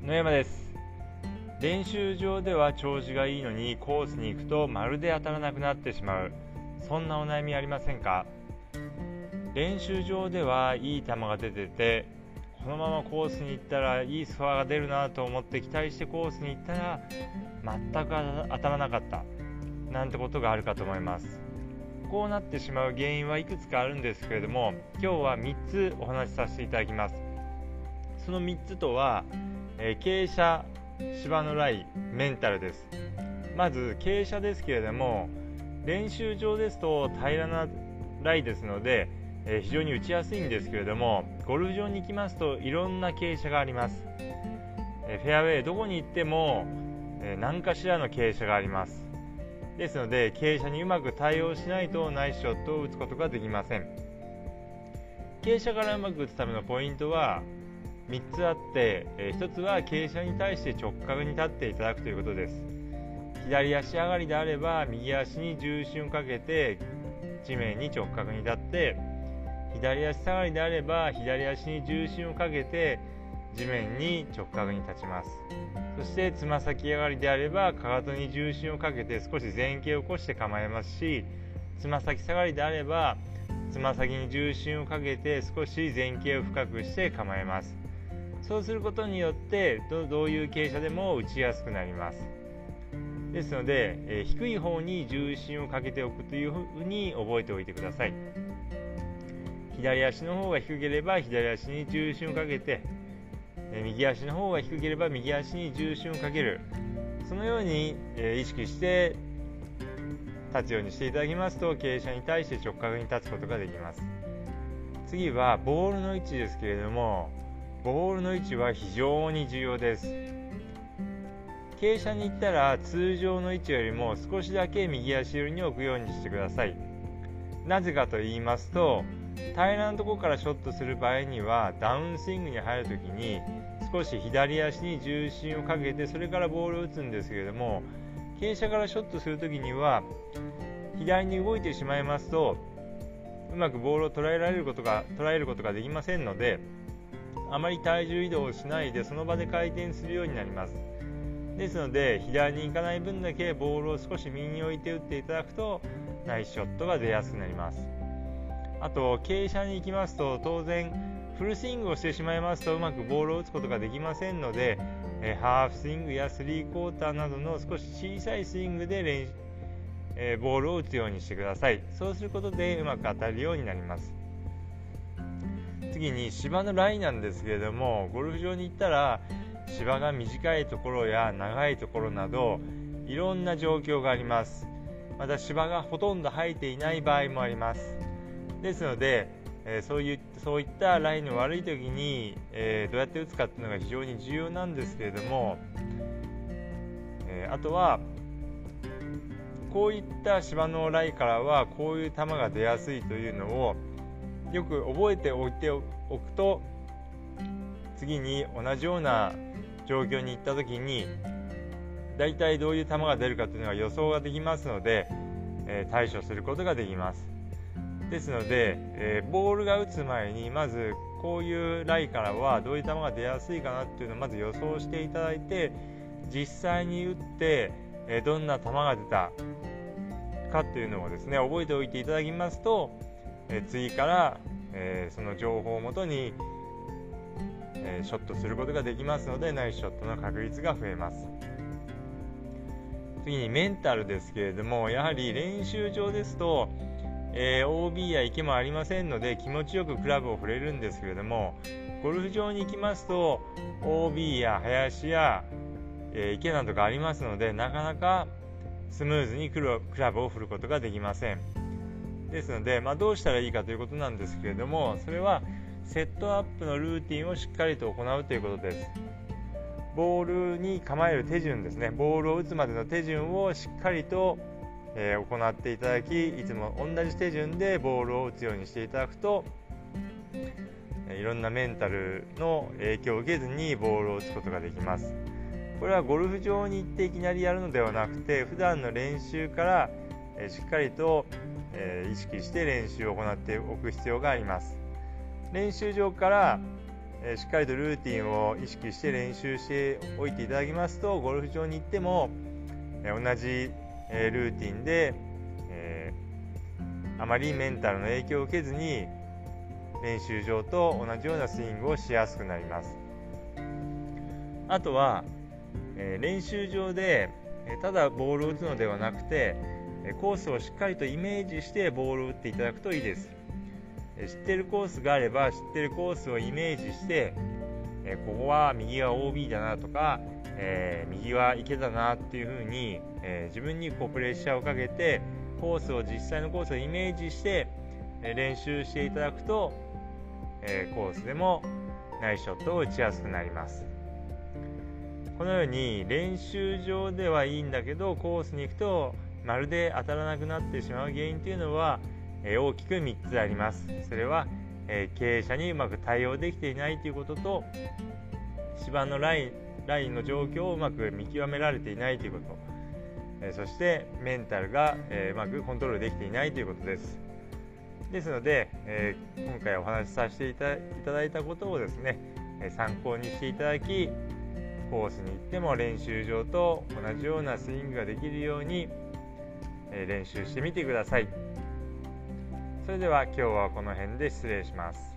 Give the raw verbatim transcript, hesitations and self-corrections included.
野山です。練習場では調子がいいのにコースに行くとまるで当たらなくなってしまう、そんなお悩みありませんか？練習場ではいい球が出てて、このままコースに行ったらいいスコアが出るなと思って期待してコースに行ったら全く当たらなかったなんてことがあるかと思います。こうなってしまう原因はいくつかあるんですけれども、今日はみっつお話しさせていただきます。そのみっつとは、えー、傾斜、芝のライ、メンタルです。まず傾斜ですけれども、練習場ですと平らなライですので、えー、非常に打ちやすいんですけれども、ゴルフ場に行きますといろんな傾斜があります。えー、フェアウェイどこに行っても、えー、何かしらの傾斜があります。ですので傾斜にうまく対応しないとナイスショットを打つことができません。傾斜からうまく打つためのポイントはみっつあって、えー、ひとつは傾斜に対して直角に立っていただくということです。左足上がりであれば右足に重心をかけて地面に直角に立って、左足下がりであれば左足に重心をかけて地面に直角に立ちます。そしてつま先上がりであればかかとに重心をかけて少し前傾を起こして構えますし、つま先下がりであればつま先に重心をかけて少し前傾を深くして構えます。そうすることによってど, どういう傾斜でも打ちやすくなります。ですので、えー、低い方に重心をかけておくというふうに覚えておいてください。左足の方が低ければ左足に重心をかけて、右足の方が低ければ右足に重心をかける、そのように、えー、意識して立つようにしていただきますと、傾斜に対して直角に立つことができます。次はボールの位置ですけれども、ボールの位置は非常に重要です。傾斜に行ったら通常の位置よりも少しだけ右足寄りに置くようにしてください。なぜかと言いますと、平らなところからショットする場合にはダウンスイングに入るときに少し左足に重心をかけてそれからボールを打つんですけれども、傾斜からショットするときには左に動いてしまいますとうまくボールを捉えられることが捉えることができませんので、あまり体重移動をしないでその場で回転するようになります。ですので左に行かない分だけボールを少し右に置いて打っていただくとナイスショットが出やすくなります。あと傾斜に行きますと当然フルスイングをしてしまいますとうまくボールを打つことができませんので、えハーフスイングやスリークォーターなどの少し小さいスイングで練、えー、ボールを打つようにしてください。そうすることでうまく当たるようになります。次に芝のラインなんですけれども、ゴルフ場に行ったら芝が短いところや長いところなどいろんな状況があります。また芝がほとんど生えていない場合もあります。ですので、えー、そうい、そういったラインの悪い時に、えー、どうやって打つかっていうのが非常に重要なんですけれども、えー、あとはこういった芝のラインからはこういう球が出やすいというのをよく覚えておいておくと、次に同じような状況に行った時にだいたいどういう球が出るかというのが予想ができますので、えー、対処することができます。ですので、えー、ボールが打つ前にまずこういうライからはどういう球が出やすいかなっていうのをまず予想していただいて、実際に打って、えー、どんな球が出たかっていうのをですね覚えておいていただきますと、えー、次から、えー、その情報をもとに、えー、ショットすることができますのでナイスショットの確率が増えます。次にメンタルですけれども、やはり練習場ですとえー、オービー や池もありませんので気持ちよくクラブを振れるんですけれども、ゴルフ場に行きますと オービー や林や、えー、池などがありますのでなかなかスムーズにクラブを振ることができません。ですので、まあ、どうしたらいいかということなんですけれども、それはセットアップのルーティンをしっかりと行うということです。ボールに構える手順ですね、ボールを打つまでの手順をしっかりとえー、行っていただき、いつも同じ手順でボールを打つようにしていただくと、いろんなメンタルの影響を受けずにボールを打つことができます。これはゴルフ場に行っていきなりやるのではなくて、普段の練習から、えー、しっかりと、えー、意識して練習を行っておく必要があります。練習場から、 えー、しっかりとルーティンを意識して練習しておいていただきますと、ゴルフ場に行っても、えー、同じ、えー、ルーティンで、えー、あまりメンタルの影響を受けずに練習場と同じようなスイングをしやすくなります。あとは、えー、練習場で、えー、ただボールを打つのではなくて、えー、コースをしっかりとイメージしてボールを打っていただくといいです。知っているコースがあれば、知っているコースをイメージして、えここは右は オービー だなとか、えー、右は池だなっていう風に、えー、自分にこうプレッシャーをかけてコースを実際のコースをイメージして、えー、練習していただくと、えー、コースでもナイスショットを打ちやすくなります。このように練習場ではいいんだけど、コースに行くとまるで当たらなくなってしまう原因というのは大きくみっつあります。それは、えー、経営者にうまく対応できていないということと、芝のライン、ラインの状況をうまく見極められていないということ、えー、そしてメンタルが、えー、うまくコントロールできていないということです。ですので、えー、今回お話しさせていた、いただいたことをですね、えー、参考にしていただき、コースに行っても練習場と同じようなスイングができるように、えー、練習してみてください。それでは今日はこの辺で失礼します。